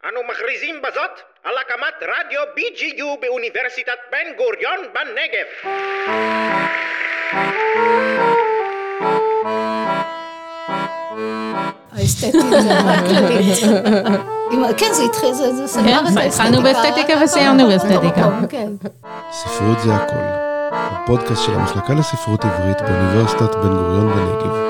אנו מכריזים בזאת על הקמת רדיו BGU באוניברסיטת בן גוריון בנגב. האסתטית הכללית. כן, זה התחיל, זה סגר את האסתטיקה. התחלנו באסתטיקה וסיימנו באסתטיקה. ספרות זה הכל. הפודקאסט של המחלקה לספרות עברית באוניברסיטת בן גוריון בנגב.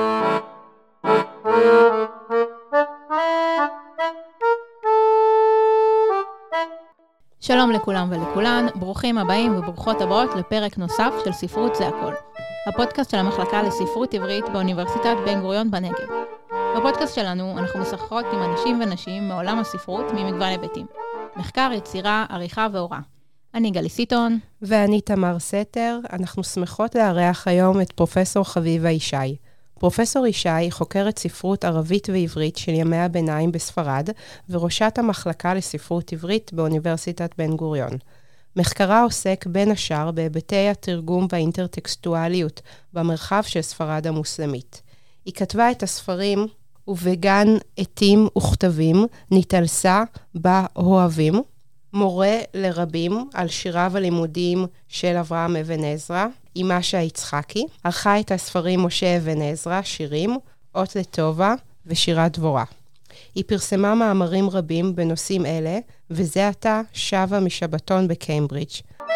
שלום לכולם ולכולן, ברוכים הבאים וברוכות הבאות לפרק נוסף של ספרות זה הכל. הפודקאסט של המחלקה לספרות עברית באוניברסיטת בן גוריון בנגב. בפודקאסט שלנו אנחנו משוחחות עם אנשים ונשים מעולם הספרות ממגוון היבטים. מחקר, יצירה, עריכה והוראה. אני גלי סיטון. ואני תמר סתר. אנחנו שמחות לארח היום את פרופסור חביבה ישי. פרופסור ישי חוקרת ספרות ערבית ועברית של ימי הביניים בספרד, וראשת המחלקה לספרות עברית באוניברסיטת בן גוריון. מחקרה עוסק בין השאר בהיבטי התרגום והאינטרטקסטואליות במרחב של ספרד המוסלמית. היא כתבה את הספרים ובגן עטים וכתבים, נתעלסה באוהבים, מורה לרבים על שיריו הלימודיים של אברהם אבן עזרא, אימשה יצחקי, ערכה את הספרים משה אבן עזרא, שירים, אות לטובה ושירת דבורה. היא פרסמה מאמרים רבים בנושאים אלה, וזה עתה שבה משבתון בקיימברידג'.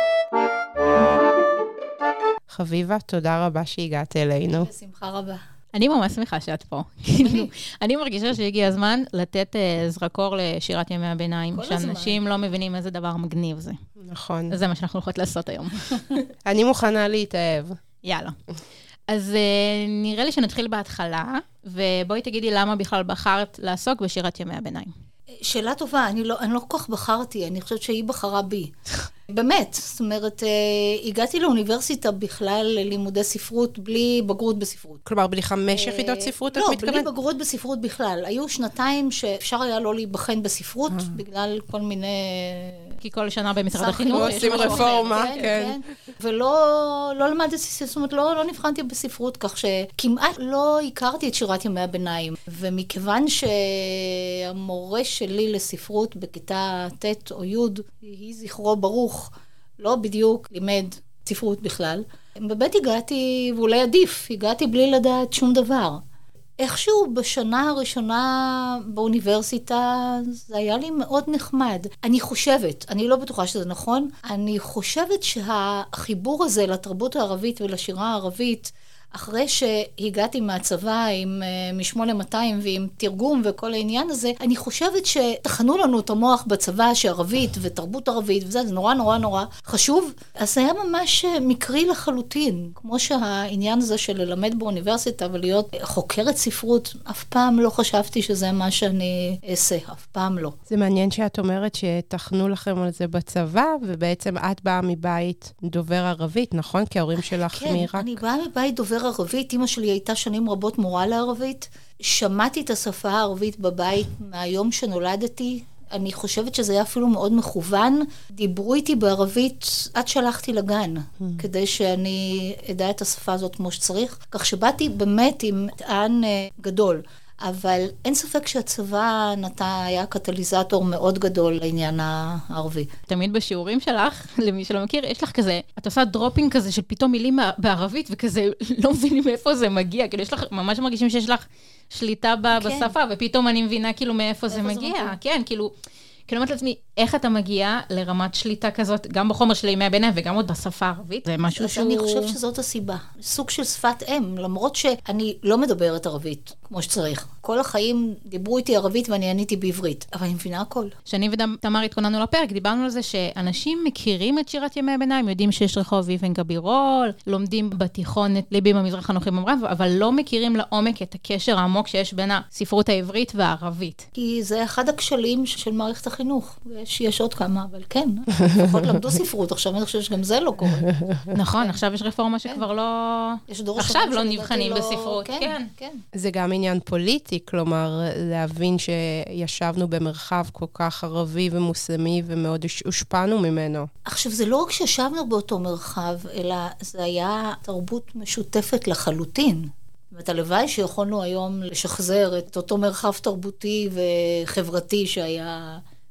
חביבה, תודה רבה שהגעת אלינו. בשמחה רבה. אני ממש שמחה שאת פה. אני מרגישה שהגיע הזמן לתת זרקור לשירת ימי הביניים, שאנשים לא מבינים איזה דבר מגניב זה. נכון. זה מה שאנחנו הולכות לעשות היום. אני מוכנה להתאהב. יאללה. אז נראה לי שנתחיל בהתחלה, ובואי תגידי למה בכלל בחרת לעסוק בשירת ימי הביניים. שאלה טובה, אני לא כל כך בחרתי, אני חושבת שהיא בחרה בי. באמת, זאת אומרת, הגעתי לאוניברסיטה בכלל ללימודי ספרות בלי בגרות בספרות. כלומר, בלי 5 יחידות ספרות, את מתכוונת? לא, בלי בגרות בספרות בכלל. היו שנתיים שאפשר היה לא להיבחן בספרות, בגלל כל מיני... כי כל שנה במשרד החינוך עושים רפורמה, כן. ולא למדתי, זאת אומרת, לא נבחנתי בספרות, כך שכמעט לא הכרתי את שירת ימי הביניים. ומכיוון שהמורה שלי לספרות בכיתה ט' או י', היא זכרו ברוך, לא בדיוק לימד ספרות בכלל. בבית הגעתי, ואולי עדיף, הגעתי בלי לדעת שום דבר. איכשהו בשנה הראשונה באוניברסיטה, זה היה לי מאוד נחמד. אני חושבת, אני לא בטוחה שזה נכון, אני חושבת שהחיבור הזה לתרבות הערבית ולשירה הערבית, אחרי שהגעתי מהצבא עם מ-8200 ועם תרגום וכל העניין הזה, אני חושבת שתחנו לנו את המוח בצבא שערבית ותרבות ערבית, וזה נורא נורא נורא חשוב. אז זה היה ממש מקרי לחלוטין, כמו שהעניין הזה של ללמד באוניברסיטה ולהיות חוקרת ספרות, אף פעם לא חשבתי שזה מה שאני אעשה, אף פעם לא. זה מעניין שאת אומרת שתחנו לכם על זה בצבא, ובעצם את באה מבית דובר ערבית, נכון? כי ההורים שלך כן, מעיראק. אני באה מבית דובר ערבית, אמא שלי הייתה שנים רבות מורה לערבית, שמעתי את השפה הערבית בבית מהיום שנולדתי, אני חושבת שזה היה אפילו מאוד מכוון, דיברו איתי בערבית עד שלחתי לגן, כדי שאני אדע את השפה הזאת כמו שצריך, כך שבאתי באמת עם מטען גדול. אבל אין ספק שהצבא היה קטליזטור מאוד גדול לעניין הערבי. תמיד בשיעורים שלך, למי שלא מכיר, יש לך כזה, את עושה דרופינג כזה של פתאום מילים בערבית, וכזה לא מבינים מאיפה זה מגיע, כאילו יש לך, ממש מרגישים שיש לך שליטה בשפה, ופתאום אני מבינה כאילו מאיפה זה מגיע. כן, כאילו אומרת לעצמי, איך אתה מגיע לרמת שליטה כזאת, גם בחומר של ימי הביניים וגם עוד בשפה הערבית? זה משהו שהוא... אני חושבת שזאת הסיבה. סוג של שפת אם, למרות שאני לא מדברת ערבית, כמו שצריך. כל החיים דיברו איתי ערבית ואני עניתי בעברית, אבל אני מבינה הכל. שאני ותמר התכוננו לפרק, דיברנו על זה שאנשים מכירים את שירת ימי הביניים, יודעים שיש רחוב אבן גבירול, לומדים בתיכון את ליבי במזרח אנוכי במערב, אבל לא מכירים לעומק את הקשר העמוק שיש בין הספרות העברית והערבית. כי זה אחד הכשלים של מערכת החינוך. יש עוד כמה, אבל כן, לפחות למדו ספרות, עכשיו אני חושבת שגם זה לא קורה. נכון, עכשיו יש רפורמה שכבר לא... עכשיו לא נבחנים בספרות, כן. זה גם עניין פוליטי, כלומר, להבין שישבנו במרחב כל כך ערבי ומוסלמי, ומאוד הושפענו ממנו. עכשיו, זה לא רק שישבנו באותו מרחב, אלא זה היה תרבות משותפת לחלוטין. ואת הלוואי שיכולנו היום לשחזר את אותו מרחב תרבותי וחברתי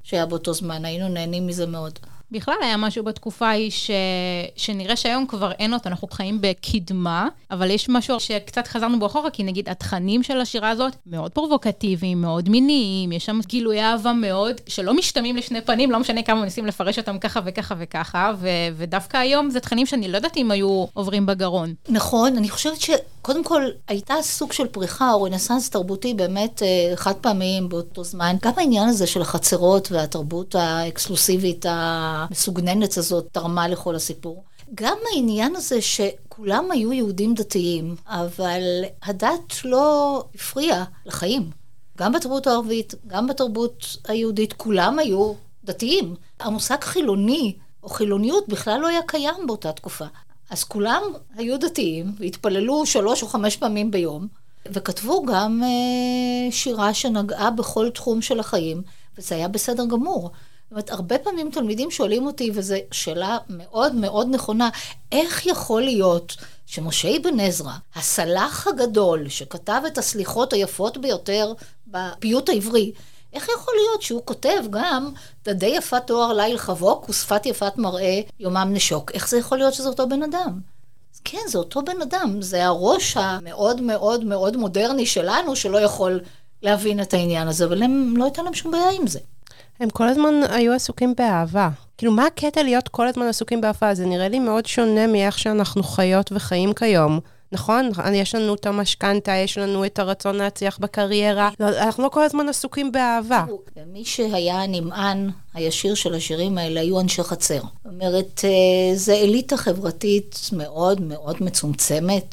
שהיה באותו זמן, היינו נהנים מזה מאוד. בכלל היה משהו בתקופה ההיא שנראה שהיום כבר אין אותו, אנחנו חיים בקדמה, אבל יש משהו שקצת חזרנו באחורה, כי נגיד התכנים של השירה הזאת מאוד פרובוקטיביים, מאוד מיניים, יש שם גילוי אהבה מאוד, שלא משתמים לשני פנים, לא משנה כמה מנסים לפרש אותם ככה וככה וככה, ודווקא היום זה תכנים שאני לא יודעת אם היו עוברים בגרון. נכון, אני חושבת שקודם כל הייתה סוג של פריחה או רנסנס תרבותי באמת חד פעמיים באותו זמן. גם העניין הזה של החצרות והתרבות האקסקלוסיבית המסוגננת הזאת תרמה לכל הסיפור. גם העניין הזה שכולם היו יהודים דתיים, אבל הדת לא הפריעה לחיים. גם בתרבות הערבית, גם בתרבות היהודית, כולם היו דתיים. המושג חילוני או חילוניות בכלל לא היה קיים באותה תקופה. אז כולם היו דתיים והתפללו 3 או 5 פעמים ביום, וכתבו גם שירה שנגעה בכל תחום של החיים, וזה היה בסדר גמור. זאת אומרת, הרבה פעמים תלמידים שואלים אותי, וזו שאלה מאוד מאוד נכונה, איך יכול להיות שמשה אבן עזרא, הסלאח הגדול, שכתב את הסליחות היפות ביותר בפיוט העברי, איך יכול להיות שהוא כותב גם דדי יפת תואר ליל חבוק ושפת יפת מראה יומם נשוק? איך זה יכול להיות שזה אותו בן אדם? כן, זה אותו בן אדם. זה הראש המאוד מאוד מאוד מודרני שלנו, שלא יכול להבין את העניין הזה, אבל הם לא הייתה להם שום בעיה עם זה. הם כל הזמן היו עסוקים באהבה. כאילו, מה הקטע להיות כל הזמן עסוקים באהבה? זה נראה לי מאוד שונה מאיך שאנחנו חיות וחיים כיום. נכון? יש לנו את המשכנתה, יש לנו את הרצון להצליח בקריירה. אנחנו לא כל הזמן עסוקים באהבה. מי שהיה הנמען הישיר של השירים האלה היו אנשי חצר. זאת אומרת, זה אליטה חברתית מאוד מאוד מצומצמת,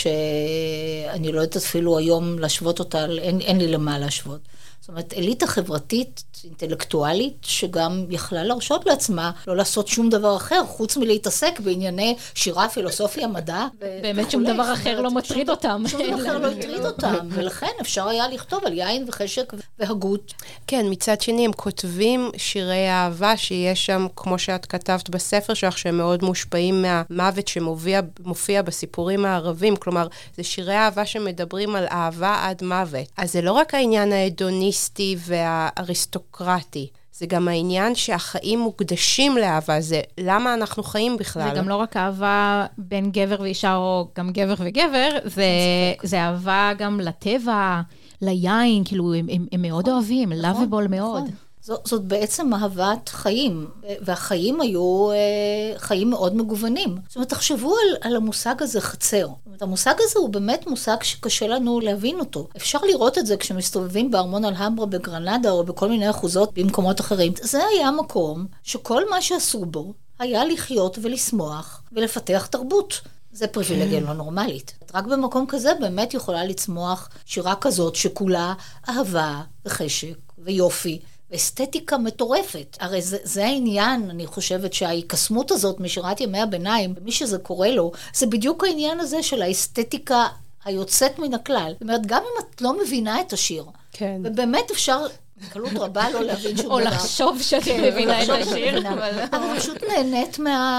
שאני לא יודעת אפילו היום להשוות אותה, אין לי למה להשוות. זאת אומרת, אליטה חברתית, אינטלקטואלית, שגם יכלה להרשות לעצמה לא לעשות שום דבר אחר, חוץ מלהתעסק בענייני שירה, פילוסופיה, מדע. באמת שום דבר אחר לא מטריד אותם. שום דבר אחר לא הטריד אותם, ולכן אפשר היה לכתוב על יין וחשק והגות. כן, מצד שני הם כותבים שירי אהבה, שיש שם, כמו שאת כתבת בספר שלך, שהם מאוד מושפעים מהמוות שמופיע בסיפורים הערבים, כלומר, זה שירי אהבה שמדברים על אהבה עד מוות. אז זה לא רק העניין ההדוניסטי והאריסטוקרטי, זה גם העניין שהחיים מוקדשים לאהבה, זה למה אנחנו חיים בכלל. זה גם לא רק אהבה בין גבר ואישה, או גם גבר וגבר, זה אהבה גם לטבע, ליין, כאילו הם מאוד אוהבים, lovable מאוד. זאת בעצם אהבת חיים, והחיים היו חיים מאוד מגוונים. זאת אומרת, תחשבו על המושג הזה חצר. זאת אומרת, המושג הזה הוא באמת מושג שקשה לנו להבין אותו. אפשר לראות את זה כשמסתובבים בארמון אלהמברה בגרנדה, או בכל מיני אחוזות במקומות אחרים. זה היה מקום שכל מה שעשו בו היה לחיות ולשמוח ולפתח תרבות. זה פריבילגיה לא נורמלית. רק במקום כזה באמת יכולה לצמוח שירה כזאת שכולה אהבה וחשק ויופי. אסתטיקה מטורפת. הרי זה העניין, אני חושבת שההיקסמות הזאת משירת ימי הביניים, מי שזה קורא לו, זה בדיוק העניין הזה של האסתטיקה היוצאת מן הכלל. זאת אומרת, גם אם את לא מבינה את השיר, כן. ובאמת אפשר בקלות רבה לא להבין שום דבר. או לחשוב שאת מבינה את השיר. אבל פשוט נהנית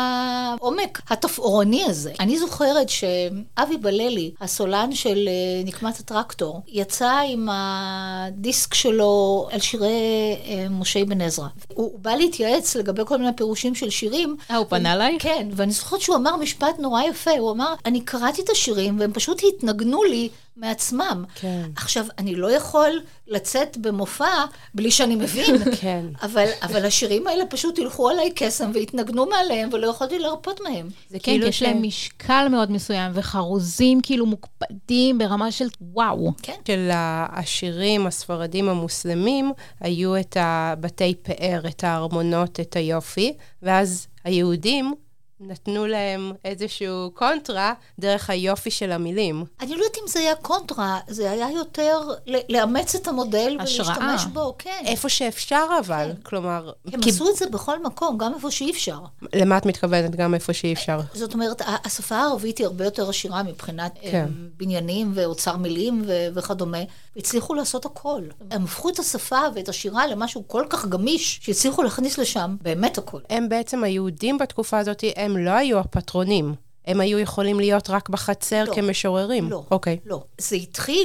מהעומק התפאורני הזה. אני זוכרת שאבי בללי, הסולן של נקמת הטרקטור, יצא עם הדיסק שלו על שירי משה אבן עזרא. הוא בא להתייעץ לגבי כל מיני פירושים של שירים. הוא פנה אליי? כן, ואני זוכרת שהוא אמר משפט נורא יפה. הוא אמר, אני קראתי את השירים והם פשוט התנגנו לי מעצמם. כן. עכשיו, אני לא יכול לצאת במופע בלי שאני מבין. כן. אבל השירים האלה פשוט הלכו עליי קסם והתנגנו מעליהם ולא יכולתי להרפות מהם. זה כאילו יש להם משקל מאוד מסוים וחרוזים כאילו מוקפדים ברמה של וואו. כן. של השירים הספרדים המוסלמים היו את הבתי פאר, את הארמונות, את היופי, ואז היהודים נתנו להם איזשהו קונטרה דרך היופי של המילים. אני לא יודעת אם זה היה קונטרה, זה היה יותר לאמץ את המודל ולהשתמש בו, כן. איפה שאפשר אבל, כן. כלומר... הם עשו את זה בכל מקום, גם איפה שאי אפשר. למה את מתכוונת גם איפה שאי אפשר? זאת אומרת, השפה הערבית היא הרבה יותר עשירה מבחינת כן. בניינים ואוצר מילים וכדומה, והצליחו לעשות הכל. הם הפכו את השפה ואת השירה למשהו כל כך גמיש, שהצליחו להכניס לשם באמת הכל. הם בעצם היהודים בתקופה הזאת, הם לא היו הפטרונים. הם היו יכולים להיות רק בחצר כמשוררים. לא, אוקיי. לא. זה התחיל,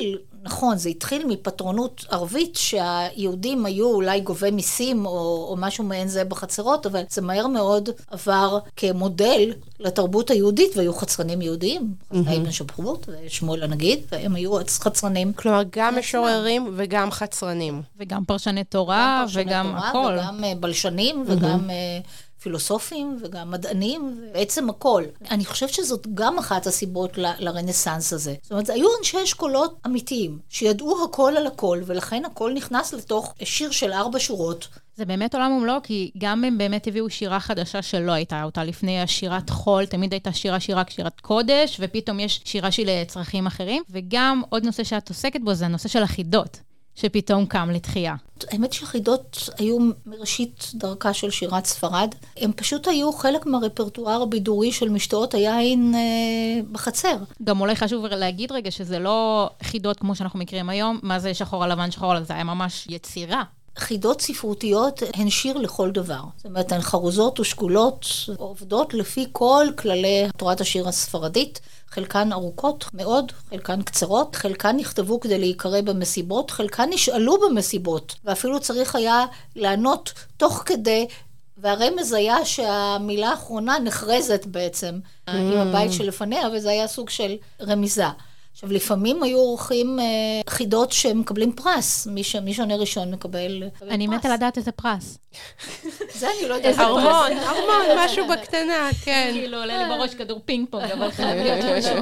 נכון, זה התחיל מפטרונות ערבית, שהיהודים היו אולי גובי מיסים, או משהו מעין זה בחצרות, אבל זה מהר מאוד עבר כמודל לתרבות היהודית, והיו חצרנים יהודיים, אבן שבחות ושמואל הנגיד, והם היו חצרנים. כלומר, גם משוררים וגם חצרנים. וגם פרשני תורה, וגם הכל. וגם בלשנים, וגם פילוסופים, וגם מדענים, בעצם הכל. אני חושבת שזאת גם אחת הסיבות לרנסנס הזה. זאת אומרת, היו אנשי אשכולות אמיתיים, שידעו הכל על הכל, ולכן הכל נכנס לתוך שיר של 4 שורות. זה באמת עולם ומלואו, כי גם הם באמת הביאו שירה חדשה שלא הייתה אותה לפני השירת חול, תמיד הייתה שירת קודש, ופתאום יש שירה של צרכים אחרים, וגם עוד נושא שאת עוסקת בו, זה הנושא של החידות, שפתאום קם לתחייה. האמת שהחידות היו מראשית דרכה של שירת ספרד, הם פשוט היו חלק מהרפרטואר הבידורי של משתאות היין בחצר. גם אולי חשוב להגיד רגע שזה לא חידות כמו שאנחנו מכירים היום, מה זה שחור על לבן, שחור על זה היה ממש יצירה. חידות ספרותיות הן שיר לכל דבר. זאת אומרת, הן חרוזות ושקולות, עובדות לפי כל כללי תורת השיר הספרדית, חלקן ארוכות מאוד, חלקן קצרות, חלקן נכתבו כדי להיקרא במסיבות, חלקן נשאלו במסיבות, ואפילו צריך היה לענות תוך כדי, והרמז היה שהמילה האחרונה נחרזת בעצם עם הבית שלפניה, וזה היה סוג של רמיזה. עכשיו, לפעמים היו עורכים חידות שמקבלים פרס. מי שעונה ראשון מקבל פרס. אני מתה לדעת איזה פרס. זה אני לא יודעת. ארמון, משהו בקטנה, כן. כאילו, עולה לי בראש כדור פינג פונג, אבל חייב להיות משהו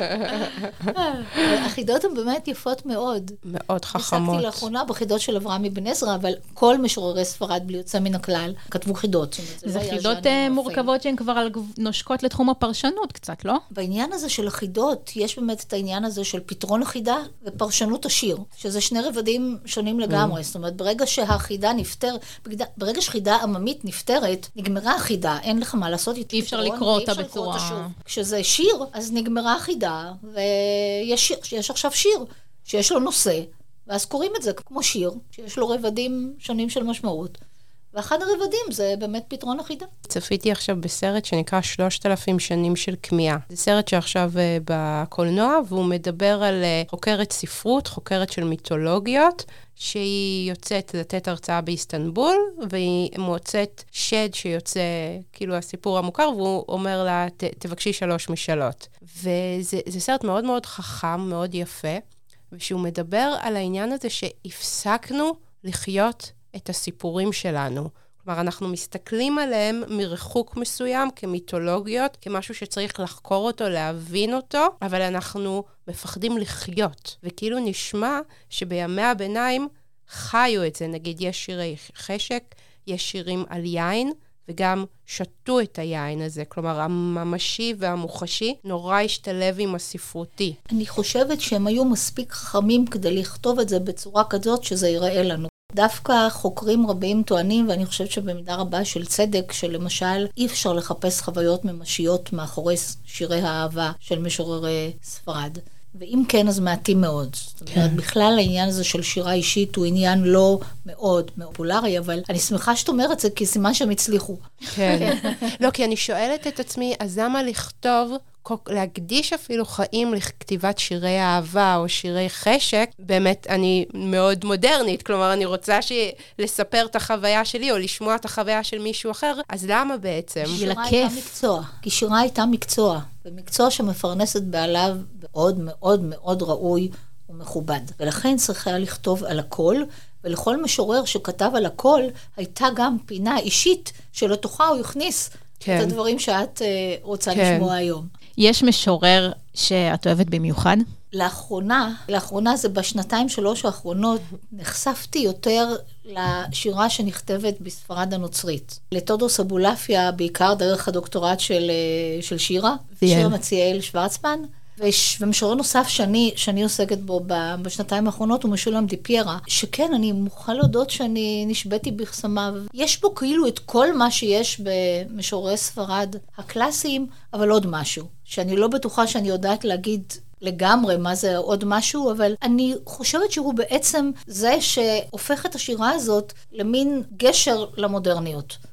אחר. החידות הן באמת יפות מאוד. מאוד חכמות. עסקתי לאחרונה בחידות של אברהם אבן עזרא, אבל כל משוררי ספרד בלי יוצא מן הכלל כתבו חידות. זה חידות מורכבות שהן כבר נושקות לתחום הפרשנות קצת, לא? בעניין הזה של החידות, יש באמת את העניין הזה של פתרון החידה ופרשנות השיר, שזה 2 רבדים שונים לגמרי. זאת אומרת, ברגע שהחידה נפטר, ברגע שחידה עממית נפטרת, נגמרה החידה, אין לך מה לעשות. אי אפשר לקרוא אותה בצורה. כשזה שיר, אז נגמרה החידה, ויש עכשיו שיר שיש לו נושא, ואז קוראים את זה כמו שיר, שיש לו רבדים שונים של משמעות. ואחד הרבדים זה באמת פתרון החידה. צפיתי עכשיו בסרט שנקרא 3,000 שנים של כמיהה. זה סרט שעכשיו בקולנוע, והוא מדבר על חוקרת ספרות, חוקרת של מיתולוגיות, שהיא יוצאת לתת הרצאה באיסטנבול, והיא מוצאת שד שיוצא, כאילו הסיפור המוכר, והוא אומר לה, תבקשי 3 משאלות. וזה סרט מאוד מאוד חכם, מאוד יפה, ושהוא מדבר על העניין הזה שהפסקנו לחיות את הסיפורים שלנו. כלומר, אנחנו מסתכלים עליהם מרחוק מסוים, כמיתולוגיות, כמשהו שצריך לחקור אותו, להבין אותו, אבל אנחנו מפחדים לחיות. וכאילו נשמע שבימי הביניים חיו את זה. נגיד, יש שירי חשק, יש שירים על יין, וגם שתו את היין הזה. כלומר, הממשי והמוחשי נורא השתלב עם הספרותי. אני חושבת שהם היו מספיק חכמים כדי לכתוב את זה בצורה כזאת שזה ייראה לנו. דווקא חוקרים רבים טוענים, ואני חושבת שבמידה רבה של צדק, שלמשל אי אפשר לחפש חוויות ממשיות מאחורי שירי האהבה של משוררי ספרד. ואם כן, אז מעטים מאוד. זאת אומרת, בכלל העניין הזה של שירה אישית הוא עניין לא מאוד פופולרי, אבל אני שמחה שאת אומרת זה, כי סימן שהם הצליחו. כן. לא, כי אני שואלת את עצמי, אז למה לכתוב, להקדיש אפילו חיים לכתיבת שירי אהבה או שירי חשק, באמת אני מאוד מודרנית, כלומר אני רוצה לספר את החוויה שלי או לשמוע את החוויה של מישהו אחר, אז למה בעצם? שירה הייתה מקצוע, כי שירה הייתה מקצוע, ומקצוע שמפרנסת בעליו מאוד מאוד מאוד ראוי ומכובד, ולכן צריכה לכתוב על הכל, ולכל משורר שכתב על הכל, הייתה גם פינה אישית שלתוכה הוא יכניס את הדברים שאת רוצה לשמוע היום. יש משורר שאת אוהבת במיוחד? לאחרונה זה ב2-3 האחרונות, נחשפתי יותר לשירה שנכתבת בספרד הנוצרית. לתודוס אבולעפיה, בעיקר דרך הדוקטורט של שירה, שיר מציאל שוורצמן, ומשורר נוסף שאני עוסקת בו בשנתיים האחרונות הוא משולם דיפיירה, שכן, אני מוכרחה להודות שאני נשבתי בחסמיו. יש בו כאילו את כל מה שיש במשוררי ספרד הקלאסיים, אבל עוד משהו, שאני לא בטוחה שאני יודעת להגיד לגמרי מה זה עוד משהו, אבל אני חושבת שהוא בעצם זה שהופך את השירה הזאת למין גשר למודרניות.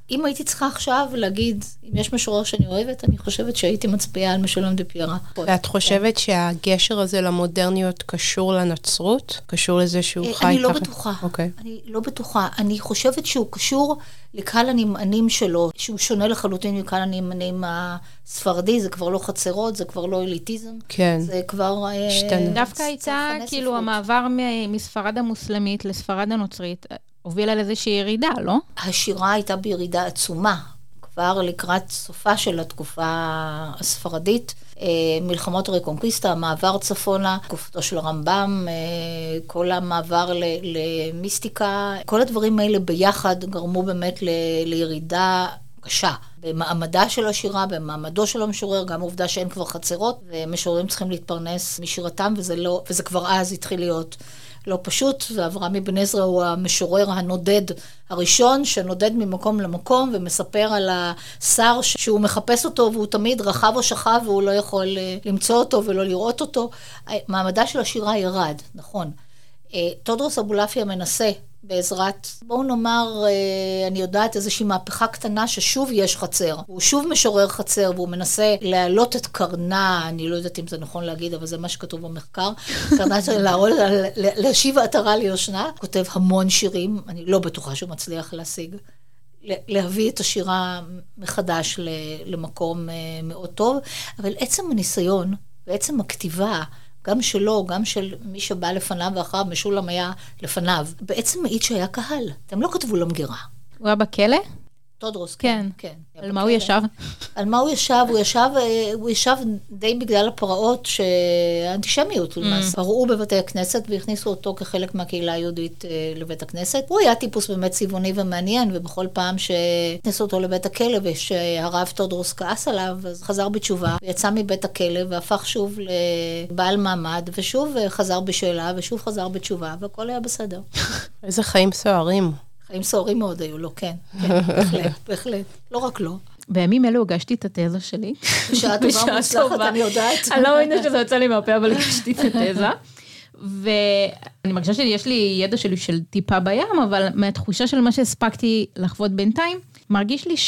אם הייתי צריכה עכשיו להגיד, אם יש משורר שאני אוהבת, אני חושבת שהייתי מצביעה על משולם דה פיארה. ואת חושבת שהגשר הזה למודרניות קשור לנצרות? קשור לזה שהוא חי? אני לא בטוחה. אוקיי. אני לא בטוחה. אני חושבת שהוא קשור לקהל הנמענים שלו, שהוא שונה לחלוטין מקהל הנמענים הספרדי, זה כבר לא חצרות, זה כבר לא אליטיזם. כן. זה כבר... דווקא הייתה, כאילו, המעבר מספרד המוסלמית לספרד הנוצרית, הובילה לאיזושהי ירידה, לא? השירה הייתה בירידה עצומה, כבר לקראת סופה של התקופה הספרדית, מלחמות רקונקיסטה, המעבר צפונה, תקופתו של הרמב"ם, כל המעבר למיסטיקה, כל הדברים האלה ביחד גרמו באמת לירידה קשה. במעמדה של השירה, במעמדו של המשורר, גם עובדה שאין כבר חצרות, ומשוררים צריכים להתפרנס משירתם, וזה כבר אז התחיל להיות לא פשוט, ואברהם אבן עזרא הוא המשורר הנודד הראשון, שנודד ממקום למקום, ומספר על השר שהוא מחפש אותו, והוא תמיד רחב או שכב, והוא לא יכול למצוא אותו ולא לראות אותו. מעמדה של השירה ירד, נכון. תודרוס אבולעפיה מנסה, בעזרת, בואו נאמר, אני יודעת איזושהי מהפכה קטנה ששוב יש חצר. הוא שוב משורר חצר, והוא מנסה להעלות את קרנה, אני לא יודעת אם זה נכון להגיד, אבל זה מה שכתוב במחקר, קרנה להשיב עטרה ליושנה, כותב המון שירים, אני לא בטוחה שהוא מצליח להביא את השירה מחדש למקום מאוד טוב, אבל עצם הניסיון, ועצם הכתיבה, גם שלו, גם של מי שבא לפניו ואחריו, משולם היה לפניו. בעצם מעיד שהיה קהל. אתם לא כתבו לו מגירה. הוא היה בכלא? תודרוס, כן. על מה הוא ישב? על מה הוא ישב? הוא ישב די בגלל הפרעות שהאנטישמיות למעשה. פרעו בבתי הכנסת והכניסו אותו כחלק מהקהילה היהודית לבית הכנסת. הוא היה טיפוס באמת צבעוני ומעניין, ובכל פעם שהכניסו אותו לבית הכלא ושהרב תודרוס כעס עליו, אז חזר בתשובה, ויצא מבית הכלא והפך שוב לבעל מעמד, ושוב חזר בשאלה ושוב חזר בתשובה, והכל היה בסדר. איזה חיים סוערים. חיים סוערים מאוד היו לו, כן, בהחלט, לא רק לא. בימים אלו הגשתי את התזה שלי. בשעה טובה מוצלחת, אני יודעת. אני לא מבינה שזה יוצא לי מהפה, אבל הגשתי את התזה. ואני מרגישה שיש לי ידע שלי של טיפה בים, אבל מהתחושה של מה שהספקתי לחוות בינתיים, מרגיש לי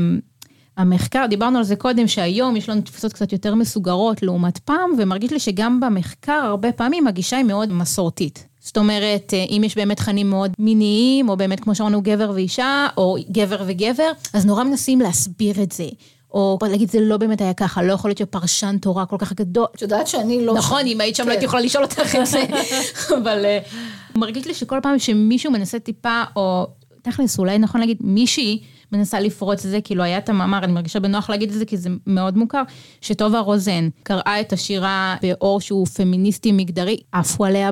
שהמחקר, דיברנו על זה קודם, שהיום יש לנו תפיסות קצת יותר מסוגרות לעומת פעם, ומרגיש לי שגם במחקר הרבה פעמים הגישה היא מאוד מסורתית. זאת אומרת, אם יש באמת תכנים מאוד מיניים, או באמת כמו שאמרנו גבר ואישה, או גבר וגבר, אז נורא מנסים להסביר את זה. או להגיד, זה לא באמת היה ככה, לא יכול להיות שפרשן תורה כל כך גדול. את יודעת שאני לא... נכון, אם היית שם לא הייתי יכולה לשאול אותך את זה. אבל מרגיש לי שכל פעם שמישהו מנסה טיפה, או תכלס, אולי נכון להגיד, מישהי מנסה לפרוץ את זה, כאילו היה את המאמר, אני מרגישה בנוח להגיד את זה, כי זה מאוד מוכר, שטובה רוזן קראה את השירה באור שהוא פמיניסטי מגדרי, עפו עליה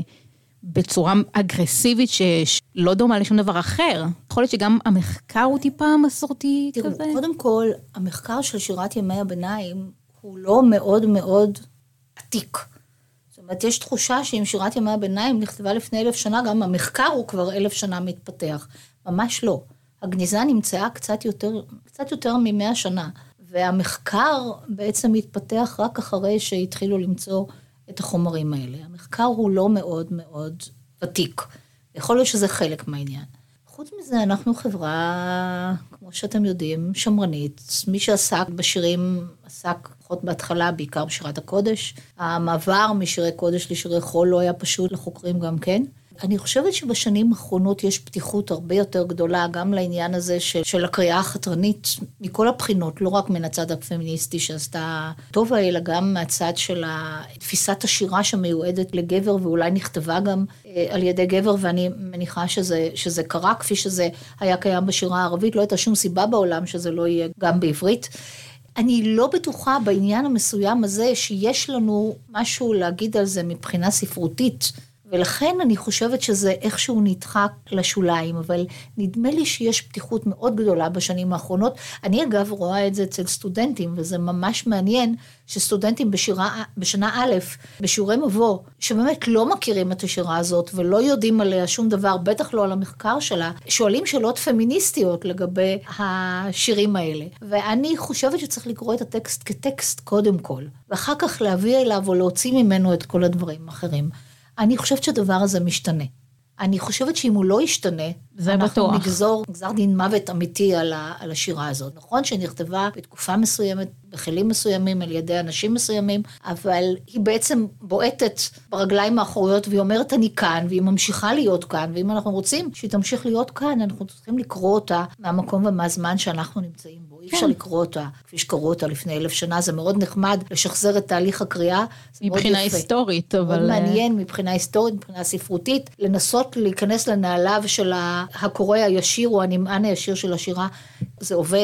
בצורה אגרסיבית שלא דומה לשום דבר אחר. יכול להיות שגם המחקר הוא טיפה מסורתי כזה? תראו, קודם כל, המחקר של שירת ימי הביניים הוא לא מאוד מאוד עתיק. זאת אומרת, יש תחושה שאם שירת ימי הביניים נכתבה לפני 1000 שנה, גם המחקר הוא כבר 1000 שנה מתפתח. ממש לא. הגניזה נמצאה קצת יותר מ100 שנה, והמחקר בעצם מתפתח רק אחרי שהתחילו למצוא את החומרים האלה. המחקר הוא לא מאוד מאוד ותיק. יכול להיות שזה חלק מהעניין. חוץ מזה, אנחנו חברה, כמו שאתם יודעים, שמרנית. מי שעסק בשירים, עסק פחות בהתחלה, בעיקר בשירת הקודש. המעבר משירי קודש לשירי חול לא היה פשוט לחוקרים גם כן. אני חושבת שבשנים האחרונות יש פתיחות הרבה יותר גדולה, גם לעניין הזה של הקריאה החתרנית, מכל הבחינות, לא רק מן הצד הפמיניסטי שעשתה טובה, אלא גם מהצד של תפיסת השירה שמיועדת לגבר, ואולי נכתבה גם על ידי גבר, ואני מניחה שזה קרה, כפי שזה היה קיים בשירה הערבית, לא הייתה שום סיבה בעולם שזה לא יהיה גם בעברית. אני לא בטוחה בעניין המסוים הזה, שיש לנו משהו להגיד על זה מבחינה ספרותית, ולכן אני חושבת שזה איכשהו נדחק לשוליים, אבל נדמה לי שיש פתיחות מאוד גדולה בשנים האחרונות. אני אגב רואה את זה אצל סטודנטים, וזה ממש מעניין שסטודנטים בשנה א', בשיעורי מבוא, שבאמת לא מכירים את השירה הזאת, ולא יודעים עליה שום דבר, בטח לא על המחקר שלה, שואלים שאלות פמיניסטיות לגבי השירים האלה. ואני חושבת שצריך לקרוא את הטקסט כטקסט קודם כל, ואחר כך להביא אליו או להוציא ממנו את כל הדברים האחרים. אני חושבת שהדבר הזה משתנה. אני חושבת שאם הוא לא ישתנה, זה אנחנו בטוח. נגזור גזר דין מוות אמיתי על השירה הזאת. נכון שנכתבה בתקופה מסוימת, בכלים מסוימים, על ידי אנשים מסוימים, אבל היא בעצם בועטת ברגליים האחוריות, והיא אומרת אני כאן, והיא ממשיכה להיות כאן, ואם אנחנו רוצים שהיא תמשיך להיות כאן, אנחנו צריכים לקרוא אותה מהמקום ומהזמן שאנחנו נמצאים בו. אי אפשר לקרוא אותה, כפי שקראו אותה לפני 1000 שנה, זה מאוד נחמד לשחזר את תהליך הקריאה. מבחינה היסטורית, אבל... מאוד מעניין מבחינה היסטורית, מבחינה ספרותית, לנסות להיכנס לנעליו של הקורא הישיר, או הנמען הישיר של השירה, זה עובד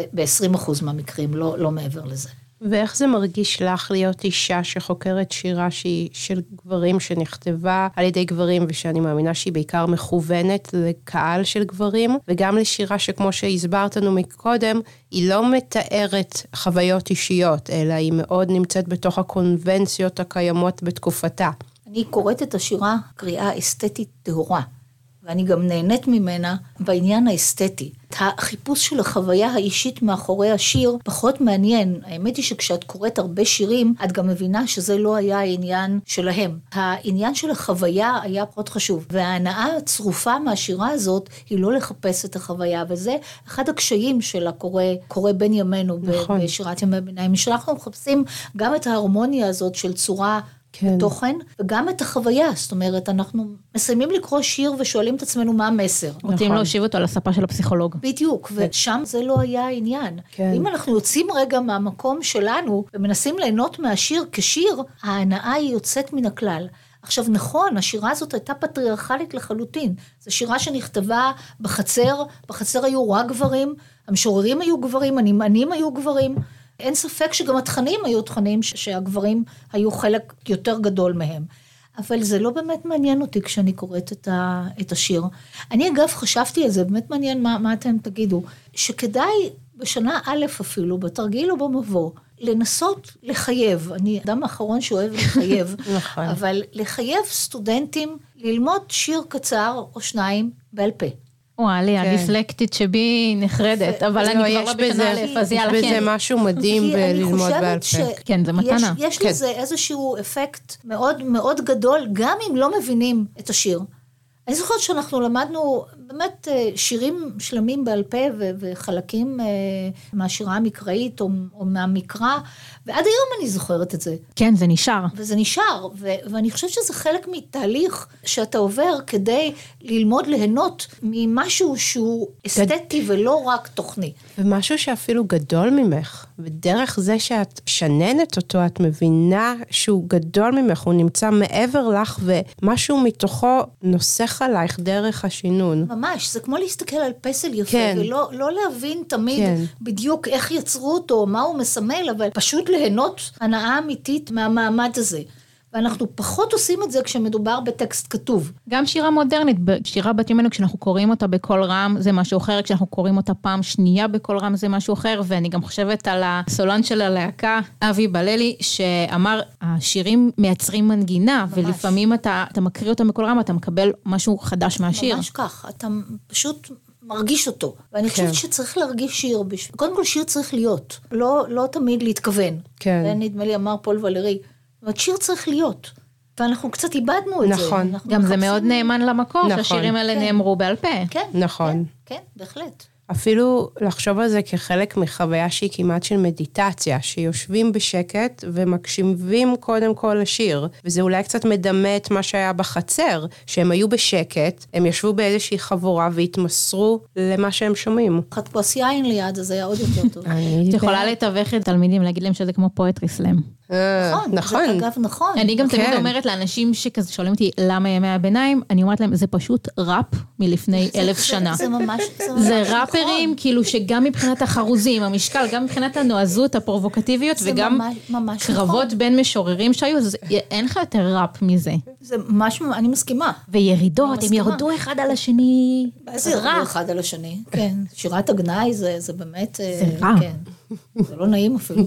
ב-20% מהמקרים, לא מעבר לזה. ואיך זה מרגיש לך להיות אישה שחוקרת שירה שהיא של גברים, שנכתבה על ידי גברים, ושאני מאמינה שהיא בעיקר מכוונת לקהל של גברים, וגם לשירה שכמו שהסברת לנו מקודם, היא לא מתארת חוויות אישיות, אלא היא מאוד נמצאת בתוך הקונבנציות הקיימות בתקופתה. אני קוראת את השירה קריאה אסתטית טהורה, ואני גם נהנית ממנה בעניין האסתטי. החיפוש של החוויה האישית מאחורי השיר פחות מעניין. האמת היא שכשאת קוראת הרבה שירים, את גם מבינה שזה לא היה העניין שלהם. העניין של החוויה היה פחות חשוב. וההנאה הצרופה מהשירה הזאת היא לא לחפש את החוויה, וזה אחד הקשיים של הקורא בן ימינו נכון. בשירת ימי ביניים. שאנחנו מחפשים גם את ההרמוניה הזאת של צורה תוכן, וגם את החוויה, זאת אומרת, אנחנו מסיימים לקרוא שיר ושואלים את עצמנו מה המסר. רוצים להושיב אותו על הספה של הפסיכולוג. בדיוק, ושם זה לא היה העניין. כן. אם אנחנו יוצאים רגע מהמקום שלנו, ומנסים ליהנות מהשיר כשיר, ההנאה היא יוצאת מן הכלל. עכשיו נכון, השירה הזאת הייתה פטריארכלית לחלוטין. זו שירה שנכתבה בחצר היו רק גברים, המשוררים היו גברים, הנמענים היו גברים, אין ספק שגם התכנים היו תכנים שהגברים היו חלק יותר גדול מהם. אבל זה לא באמת מעניין אותי כשאני קוראת את השיר. אני אגב חשבתי על זה, באמת מעניין מה אתם תגידו, שכדאי בשנה א' אפילו, בתרגיל או במבוא, לנסות לחייב, אני אדם האחרון שאוהב לחייב, נכון. אבל לחייב סטודנטים ללמוד שיר קצר או שניים בעל פה. וואלי, הדיסלקטית שבי נחרדת, אבל אני כבר לא בשנה א', אז יאללה, כן. יש בזה משהו מדהים בללמוד בעל פה. כן, זה מתנה. יש לזה איזשהו אפקט מאוד מאוד גדול, גם אם לא מבינים את השיר. אני זוכרת שאנחנו למדנו באמת שירים שלמים בעל פה וחלקים מהשירה המקראית או מהמקרא, ועד היום אני זוכרת את זה. כן, זה נשאר. וזה נשאר, ואני חושבת שזה חלק מתהליך שאתה עובר כדי ללמוד ליהנות ממשהו שהוא אסתטי ולא רק תוכני. ומשהו שאפילו גדול ממך, ודרך זה שאת שננת אותו, את מבינה שהוא גדול ממך, הוא נמצא מעבר לך, ומשהו מתוכו נוסח עלייך דרך השינון. ממש, זה כמו להסתכל על פסל יפה, כן. ולא להבין תמיד כן. בדיוק איך יצרו אותו, מה הוא מסמל, אבל פשוט ליהנות הנאה אמיתית מהמעמד הזה. ואנחנו פחות עושים את זה כשמדובר בטקסט כתוב. גם שירה מודרנית, שירה בת ימינו, כשאנחנו קוראים אותה בקול רם, זה משהו אחר, כשאנחנו קוראים אותה פעם שנייה בקול רם, זה משהו אחר, ואני גם חושבת על הסולן של הלהקה, אבי בללי, שאמר, השירים מייצרים מנגינה, ממש. ולפעמים אתה מקריא אותה בקול רם, אתה מקבל משהו חדש מהשיר. ממש כך, אתה פשוט מרגיש אותו. ואני חושבת שצריך להרגיש שיר, קודם כל שיר צריך להיות, לא תמיד להתכוון. כן. זה נדמה לי אמר פול ולרי, אבל שיר צריך להיות, ואנחנו קצת איבדנו את נכון. זה. גם זה מאוד נאמן למקור, נכון. שהשירים האלה נאמרו בעל פה. כן, נכון. כן, בהחלט. אפילו לחשוב על זה כחלק מחוויה שהיא כמעט של מדיטציה, שיושבים בשקט ומקשיבים קודם כל לשיר, וזה אולי קצת מדמה את מה שהיה בחצר, שהם היו בשקט, הם ישבו באיזושהי חבורה והתמסרו למה שהם שומעים. אחת כוס יין ליד, אז זה היה עוד יותר טוב. את יכולה לתווך את תלמידים, להגיד להם שזה כמו פואטרי סלאם. נכון. זה אגב נכון. אני גם תמיד אומרת לאנשים שכזה שואלים אותי למה ימי הביניים, אני אומרת להם, זה פשוט ראפ מלפני 1000 שנה. זה ממש זה ראפרים, כאילו שגם מבחינת החרוזים, המשקל, גם מבחינת הנועזות, הפרובוקטיביות, וגם קרבות בין משוררים שהיו, אין לך יותר ראפ מזה. זה משהו, אני מסכימה. וירידות, הם ירדו אחד על השני. זה ירדו אחד על השני, כן. שירת הגנאי זה באמת... זה רע. זה לא נעים אפילו.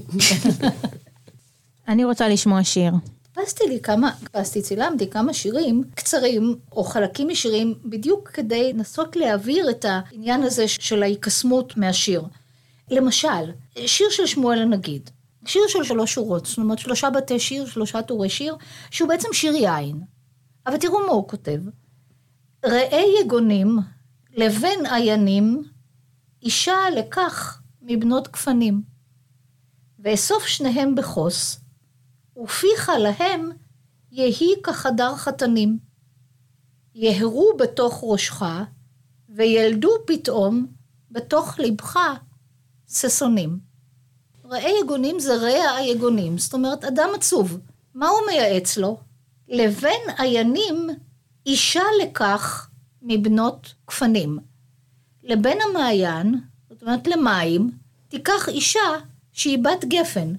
אני רוצה לשמוע שיר. צילמתי כמה שירים קצרים, או חלקים משירים, בדיוק כדי לנסות להעביר את העניין הזה של ההיקסמות מהשיר. למשל, שיר של שמואל הנגיד, שיר של 3 שורות, זאת אומרת 3 בתי שיר, 3 טורי שיר, שהוא בעצם שיר יין. אבל תראו מה הוא כותב. ראי יגונים לבן עיינים, אישה לקח מבנות כפנים. ואסוף שניהם בחוס, ופיך להם יהי כחדר חתנים. יהרו בתוך ראשך, וילדו פתאום בתוך לבך ססונים. ראי יגונים זה רע היגונים, זאת אומרת אדם עצוב. מה הוא מייעץ לו? לבן עיינים אישה לקח מבנות כפנים. לבן המעיין, זאת אומרת למים, תיקח אישה שהיא בת גפן.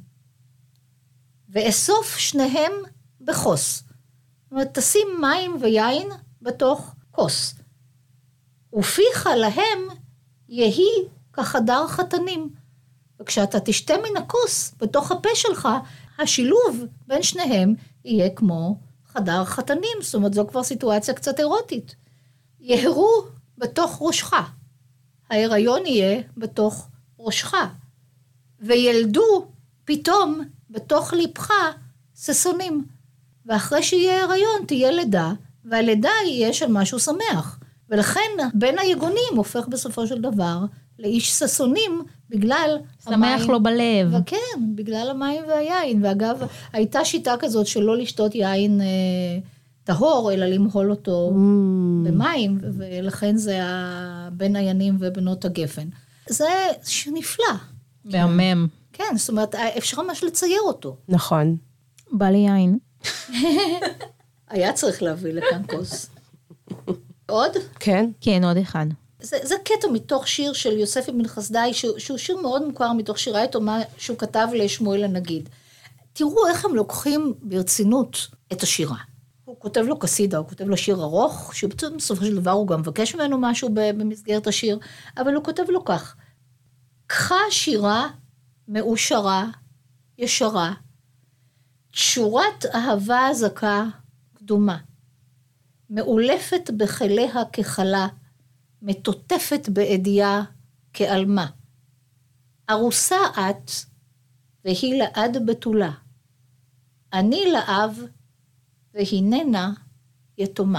ואסוף שניהם בחוס. זאת אומרת, תשים מים ויין בתוך כוס. ופיך להם יהי כחדר חתנים. וכשאתה תשתה מן הכוס בתוך הפה שלך, השילוב בין שניהם יהיה כמו חדר חתנים. זאת אומרת, זו כבר סיטואציה קצת אירוטית. יהרו בתוך ראשך. ההיריון יהיה בתוך ראשך. וילדו פתאום בתוך ליבך ססונים. ואחרי שיהיה הריון תהיה לידה, והלידה יהיה של משהו שמח. ולכן בין היגונים הופך בסופו של דבר לאיש ססונים בגלל שמח המים. לו בלב. וכן, בגלל המים והיין. ואגב, הייתה שיטה כזאת שלא לשתות יין טהור, אלא למהול אותו במים, ולכן זה בין הינים ובנות הגפן. זה נפלא. מהמם. כן, זאת אומרת, אפשר ממש לצייר אותו. נכון. בא לי יין. היה צריך להביא לכאן כוס. עוד? כן. כן, עוד אחד. זה קטע מתוך שיר של יוסף אבן חסדאי, שהוא שיר מאוד מוכר מתוך שירה יתומה שהוא כתב לשמואל הנגיד. תראו איך הם לוקחים ברצינות את השירה. הוא כותב לו קסידה, הוא כותב לו שיר ארוך, שבסופו של דבר הוא גם מבקש ממנו משהו במסגרת השיר, אבל הוא כותב לו כך: קחה שירה מאושרה, ישרה, תשורת אהבה זכה קדומה, מאולפת בחיליה כחלה, מטוטפת בעדיה כאלמה. ארוסה את, והיא לעד בתולה. אני לאב, והיננה יתומה.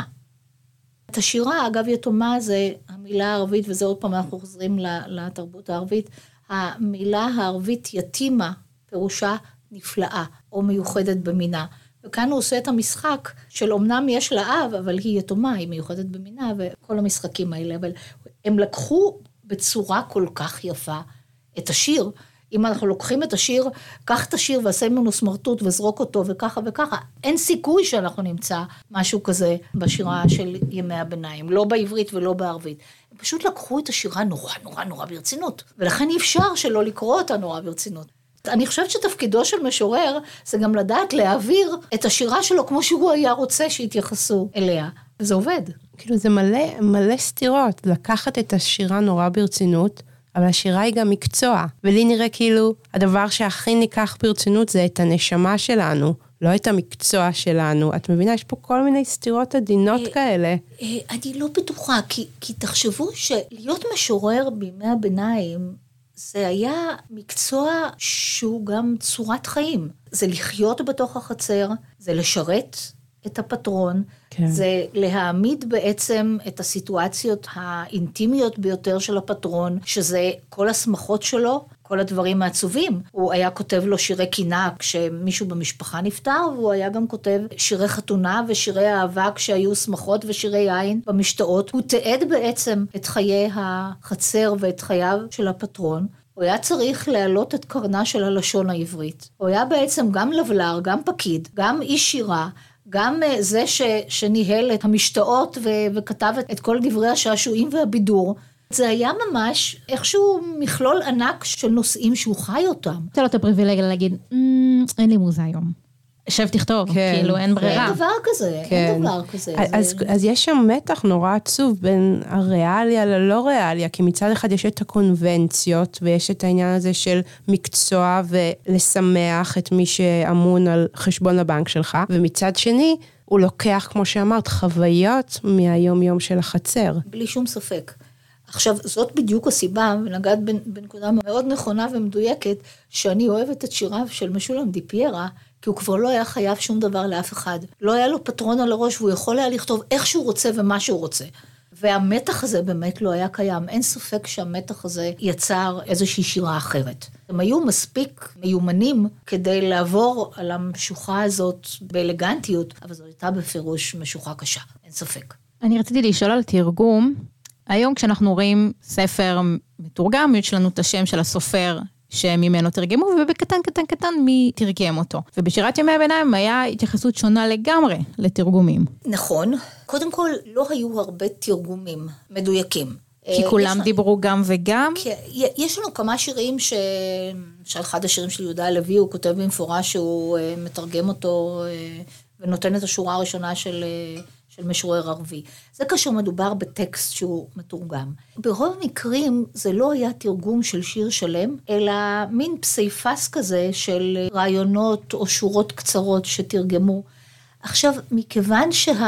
את השירה, אגב יתומה זה המילה הערבית, וזה עוד פעם אנחנו חוזרים לתרבות הערבית, המילה הערבית יתימה, פירושה נפלאה, או מיוחדת במינה. וכאן הוא עושה את המשחק של אומנם יש לה אב, אבל היא יתומה, היא מיוחדת במינה, וכל המשחקים האלה. אבל הם לקחו בצורה כל כך יפה את השיר. אם אנחנו לוקחים את השיר, קח את השיר ועשה ממנו סמרטוט וזרוק אותו וככה וככה, אין סיכוי שאנחנו נמצא משהו כזה בשירה של ימי הביניים, לא בעברית ולא בערבית. הם פשוט לקחו את השירה נורא נורא נורא ברצינות, ולכן אי אפשר שלא לקרוא אותה נורא ברצינות. אני חושבת שתפקידו של משורר זה גם לדעת להעביר את השירה שלו כמו שהוא היה רוצה שיתייחסו אליה. וזה עובד. כאילו זה מלא סתירות, לקחת את השירה נורא ברצינות, אבל השירה היא גם מקצוע, ולי נראה כאילו הדבר שהכי ניקח ברצינות זה את הנשמה שלנו, לא את המקצוע שלנו. את מבינה, יש פה כל מיני סתירות עדינות כאלה. אני לא בטוחה, כי תחשבו שלהיות משורר בימי הביניים, זה היה מקצוע שהוא גם צורת חיים. זה לחיות בתוך החצר, זה לשרת את הפטרון, כן. זה להעמיד בעצם את הסיטואציות האינטימיות ביותר של הפטרון, שזה כל השמחות שלו, כל הדברים העצובים. הוא היה כותב לו שירי קינה כשמישהו במשפחה נפטר, והוא היה גם כותב שירי חתונה ושירי אהבה כשהיו שמחות ושירי יין במשתאות. הוא תיעד בעצם את חיי החצר ואת חייו של הפטרון. הוא היה צריך להעלות את קרנה של הלשון העברית. הוא היה בעצם גם לבלר, גם פקיד, גם איש שירה, גם זה שניהל את המשתאות וכתב את כל דברי השעשועים והבידור. זה היה ממש איכשהו מכלול ענק של נושאים שהוא חי אותם. זה לא את הפריבילגיה להגיד, אין לי מוזה היום. שב תכתוב, כאילו אין ברירה. אין דבר כזה, אין דבר כזה. אז יש שם מתח נורא עצוב בין הריאליה ללא ריאליה, כי מצד אחד יש את הקונבנציות, ויש את העניין הזה של מקצוע ולשמח את מי שאמון על חשבון הבנק שלך, ומצד שני הוא לוקח, כמו שאמרת, חוויות מהיום יום של החצר. בלי שום ספק. עכשיו, זאת בדיוק הסיבה, ונגעת בנקודה מאוד נכונה ומדויקת, שאני אוהבת את שיריו של משולם דיפיירה, כי הוא כבר לא היה חייב שום דבר לאף אחד. לא היה לו פטרון על הראש, והוא יכול היה לכתוב איך שהוא רוצה ומה שהוא רוצה. והמתח הזה באמת לא היה קיים. אין ספק שהמתח הזה יצר איזושהי שירה אחרת. הם היו מספיק מיומנים כדי לעבור על המשוכה הזאת באלגנטיות, אבל זו הייתה בפירוש משוכה קשה, אין ספק. אני רציתי לשאול על תרגום. היום כשאנחנו רואים ספר מתורגם, יש לנו את השם של הסופר שממנו תרגמו, ובקטן קטן קטן מי תרגם אותו. ובשירת ימי הביניים היה התייחסות שונה לגמרי לתרגומים. נכון. קודם כל, לא היו הרבה תרגומים מדויקים. כי כולם דיברו גם וגם? יש לנו כמה שירים שאחד השירים של יהודה הלוי, הוא כותב במפורש שהוא מתרגם אותו ונותן את השורה הראשונה של משורר ערבי. זה כאשר מדובר בטקסט שהוא מתורגם. ברוב המקרים זה לא היה תרגום של שיר שלם, אלא מין פסיפס כזה של רעיונות או שורות קצרות שתרגמו. עכשיו, מכיוון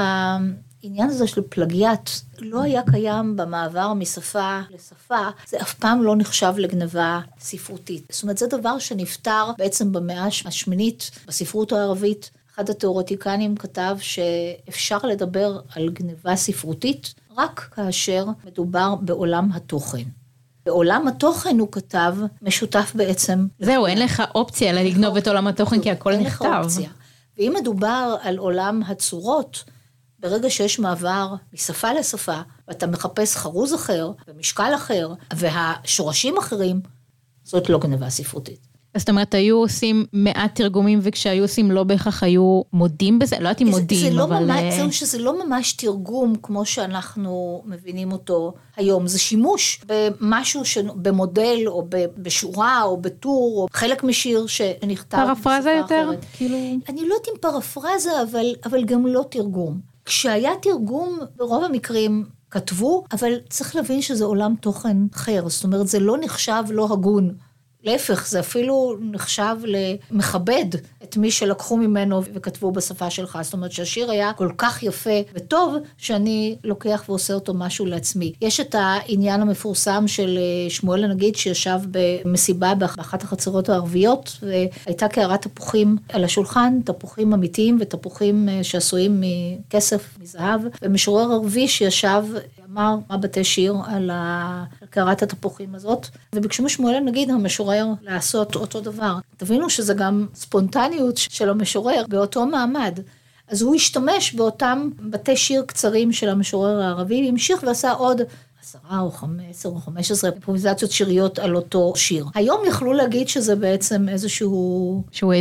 העניין הזה של פלגיאט לא היה קיים במעבר משפה לשפה, זה אף פעם לא נחשב לגנבה ספרותית. זאת אומרת, זה דבר שנפטר בעצם במאה השמינית בספרות הערבית. אחד התיאורטיקנים כתב שאפשר לדבר על גנבה ספרותית רק כאשר מדובר בעולם התוכן. בעולם התוכן הוא כתב משותף בעצם. זהו, אין לך אופציה לגנוב את עולם התוכן כי הכל נכתב. אין לך אופציה. ואם מדובר על עולם הצורות, ברגע שיש מעבר משפה לשפה, ואתה מחפש חרוז אחר, ומשקל אחר, והשורשים אחרים, זאת לא גנבה ספרותית. זאת אומרת, היו עושים מעט תרגומים, וכשהיו עושים לא בהכרח היו מודים בזה, לא יודעת אם מודים, אבל... זהו שזה לא ממש תרגום, כמו שאנחנו מבינים אותו היום, זה שימוש במשהו, במודל, או בשורה, או בטור, או חלק משיר שנכתב... פרפרזה יותר? אני לא יודעת אם פרפרזה, אבל גם לא תרגום. כשהיה תרגום, ברוב המקרים כתבו, אבל צריך להבין שזה עולם תוכן אחר, זאת אומרת, זה לא נחשב לא הגון. להפך, זה אפילו נחשב למכבד את מי שלקחו ממנו וכתבו בשפה שלך. זאת אומרת שהשיר היה כל כך יפה וטוב, שאני לוקח ועושה אותו משהו לעצמי. יש את העניין המפורסם של שמואל הנגיד, שישב במסיבה באחת החצרות הערביות, והייתה קערת תפוחים על השולחן, תפוחים אמיתיים ותפוחים שעשויים מכסף, מזהב, ומשורר ערבי שישב... אמר מה בתי שיר על קערת התפוחים הזאת, וביקשו משמואל הנגיד המשורר לעשות אותו דבר. תבינו שזה גם ספונטניות של המשורר באותו מעמד. אז הוא השתמש באותם בתי שיר קצרים של המשורר הערבי, המשיך ועשה עוד 10 או 10 או 15 אימפרוביזציות שיריות על אותו שיר. היום יכלו להגיד שזה בעצם איזשהו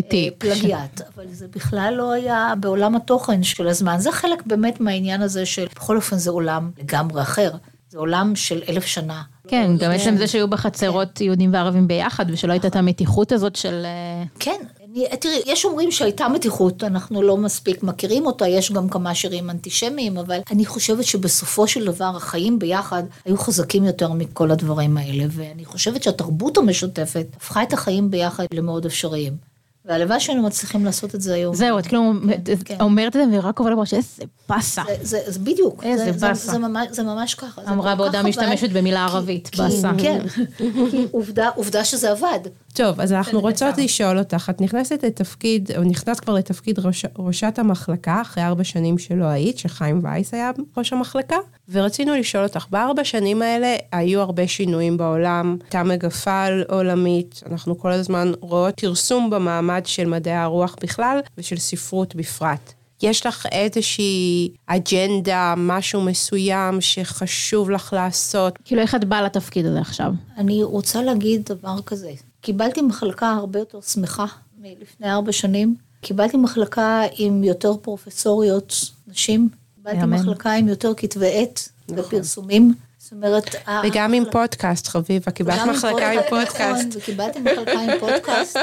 פלגיאט, אבל זה בכלל לא היה בעולם התוכן של הזמן. זה חלק באמת מהעניין הזה של, בכל אופן זה עולם לגמרי אחר. זה עולם של 1000 שנה. כן, גם עצם זה שהיו בחצרות יהודים וערבים ביחד, ושלא הייתה את המתיחות הזאת של... כן, תראי, יש אומרים שהייתה מתיחות, אנחנו לא מספיק מכירים אותה, יש גם כמה שירים אנטישמיים, אבל אני חושבת שבסופו של דבר החיים ביחד היו חזקים יותר מכל הדברים האלה, ואני חושבת שהתרבות המשותפת הפכה את החיים ביחד למאוד אפשריים. והלוואי שהיינו מצליחים לעשות את זה היום. זהו, את כאילו אומרת את זה ורק עובד לבר שאיזה פסה. זה בדיוק. איזה פסה. זה ממש ככה. אמרה בעודה משתמשת במילה ערבית, פסה. כן, כי עובדה שזה עבד. טוב, אז אנחנו רוצות לשאול אותך, את נכנסת לתפקיד, או נכנסת כבר לתפקיד ראשת המחלקה, אחרי 4 שנים שלא היית, שחיים וייס היה ראש המחלקה, ורצינו לשאול אותך, ב4 שנים האלה היו הרבה שינויים בעולם, הייתה מגפה עולמית, אנחנו כל הזמן רואות תרסום במעמד של מדעי הרוח בכלל, ושל ספרות בפרט. יש לך איזושהי אג'נדה, משהו מסוים שחשוב לך לעשות? כאילו איך את באה לתפקיד הזה עכשיו? אני רוצה להגיד דבר כזה. קיבלתי מחלקה הרבה יותר שמחה מלפני 4 שנים. קיבלתי מחלקה עם יותר פרופסוריות נשים. קיבלתי מחלקה עם יותר כתבי עת ופרסומים. זאת אומרת... וגם עם פודקאסט, חביבה. קיבלת מחלקה עם פודקאסט. וקיבלתי מחלקה עם פודקאסט.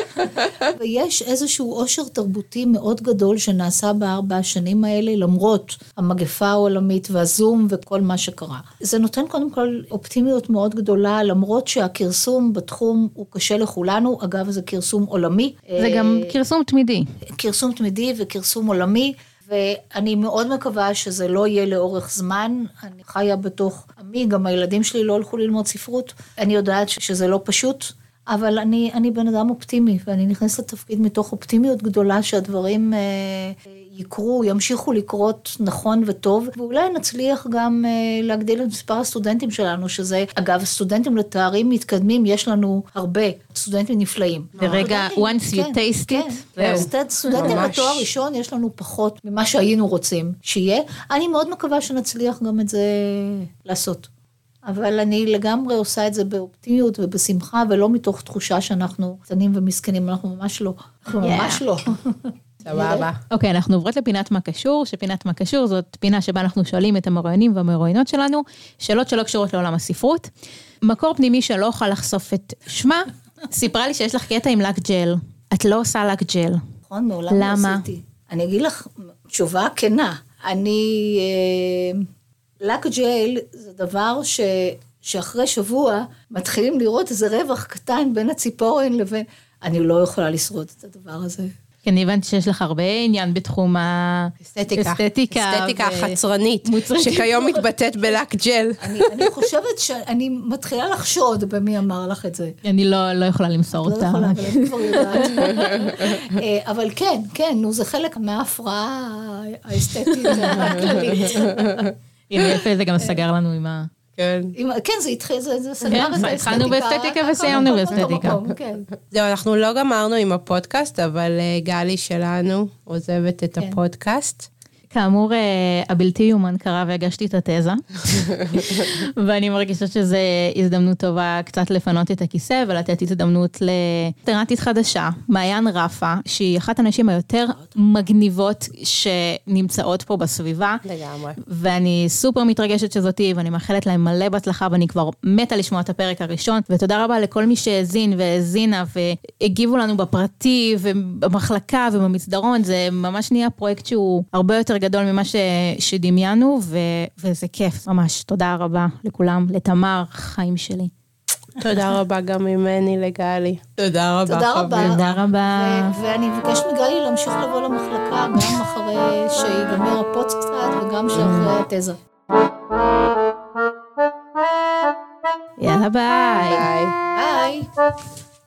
ויש איזשהו עושר תרבותי מאוד גדול שנעשה ב4 השנים האלה, למרות המגפה העולמית והזום וכל מה שקרה. זה נותן קודם כל אופטימיות מאוד גדולה, למרות שהכרסום בתחום הוא קשה לכולנו. אגב, זה כרסום עולמי. זה גם כרסום תמידי. כרסום תמידי וכרסום עולמי. ואני מאוד מקווה שזה לא יהיה לאורך זמן, אני חיה בתוך עמי, גם הילדים שלי לא הלכו ללמוד ספרות, אני יודעת שזה לא פשוט, אבל אני בן אדם אופטימי, ואני נכנס לתפקיד מתוך אופטימיות גדולה, שהדברים יקרו, ימשיכו לקרות נכון וטוב, ואולי נצליח גם להגדיל את מספר הסטודנטים שלנו, שזה, אגב, סטודנטים לתארים מתקדמים, יש לנו הרבה סטודנטים נפלאים. ברגע, once you taste it. סטודנטים לתואר ראשון, יש לנו פחות ממה שהיינו רוצים שיהיה. אני מאוד מקווה שנצליח גם את זה לעשות. אבל אני לגמרי עושה את זה באופטימיות ובשמחה, ולא מתוך תחושה שאנחנו קטנים ומסכנים, אנחנו ממש לא. אנחנו ממש לא. סבבה. אוקיי, אנחנו עוברות לפינת מה קשור, שפינת מה קשור זאת פינה שבה אנחנו שואלים את המרואיינים והמרואיינות שלנו, שאלות שלא קשורות לעולם הספרות. מקור פנימי שלא אוכל לחשוף את שמה, סיפרה לי שיש לך קטע עם לק ג'ל. את לא עושה לק ג'ל. נכון, מעולם לא עשיתי. אני אגיד לך תשובה כנה. לק ג'ל זה דבר שאחרי שבוע מתחילים לראות איזה רווח קטן בין הציפורן לבין... אני לא יכולה לשרוד את הדבר הזה. כי אני הבנתי שיש לך הרבה עניין בתחום האסתטיקה. אסתטיקה חצרנית, שכיום מתבטאת בלק ג'ל. אני חושבת שאני מתחילה לחשוד במי אמר לך את זה. אני לא יכולה למסור אותה. לא יכולה, אבל אני כבר יודעת. אבל כן, זה חלק מההפרעה האסתטית הכללית. הנה יפה, זה גם סגר לנו עם ה... כן, זה התחיל, זה סגר את האסתטיקה. התחלנו באסתטיקה וסיימנו באסתטיקה. זהו, אנחנו לא גמרנו עם הפודקאסט, אבל גלי שלנו עוזבת את הפודקאסט. כאמור, הבלתי יומן קרה והגשתי את התזה, ואני מרגישה שזו הזדמנות טובה קצת לפנות את הכיסא, ולתת הזדמנות לטרנטית חדשה, מעיין רפה, שהיא אחת הנשים היותר מגניבות שנמצאות פה בסביבה. לגמרי. ואני סופר מתרגשת שזאתי, ואני מאחלת להם מלא בהצלחה, ואני כבר מתה לשמוע את הפרק הראשון, ותודה רבה לכל מי שהזין והזינה, והגיבו לנו בפרטי, ובמחלקה ובמסדרון, זה ממש נהיה פרויקט שהוא הרבה יותר גדול ממה שדמיינו, וזה כיף, ממש. תודה רבה לכולם, לתמר, חיים שלי. תודה רבה גם ממני לגלי. תודה רבה. תודה רבה. ואני מבקש מגלי להמשיך לבוא למחלקה, גם אחרי שיגמר הפודקאסט, וגם שאחרי התזה. יאללה, ביי. ביי.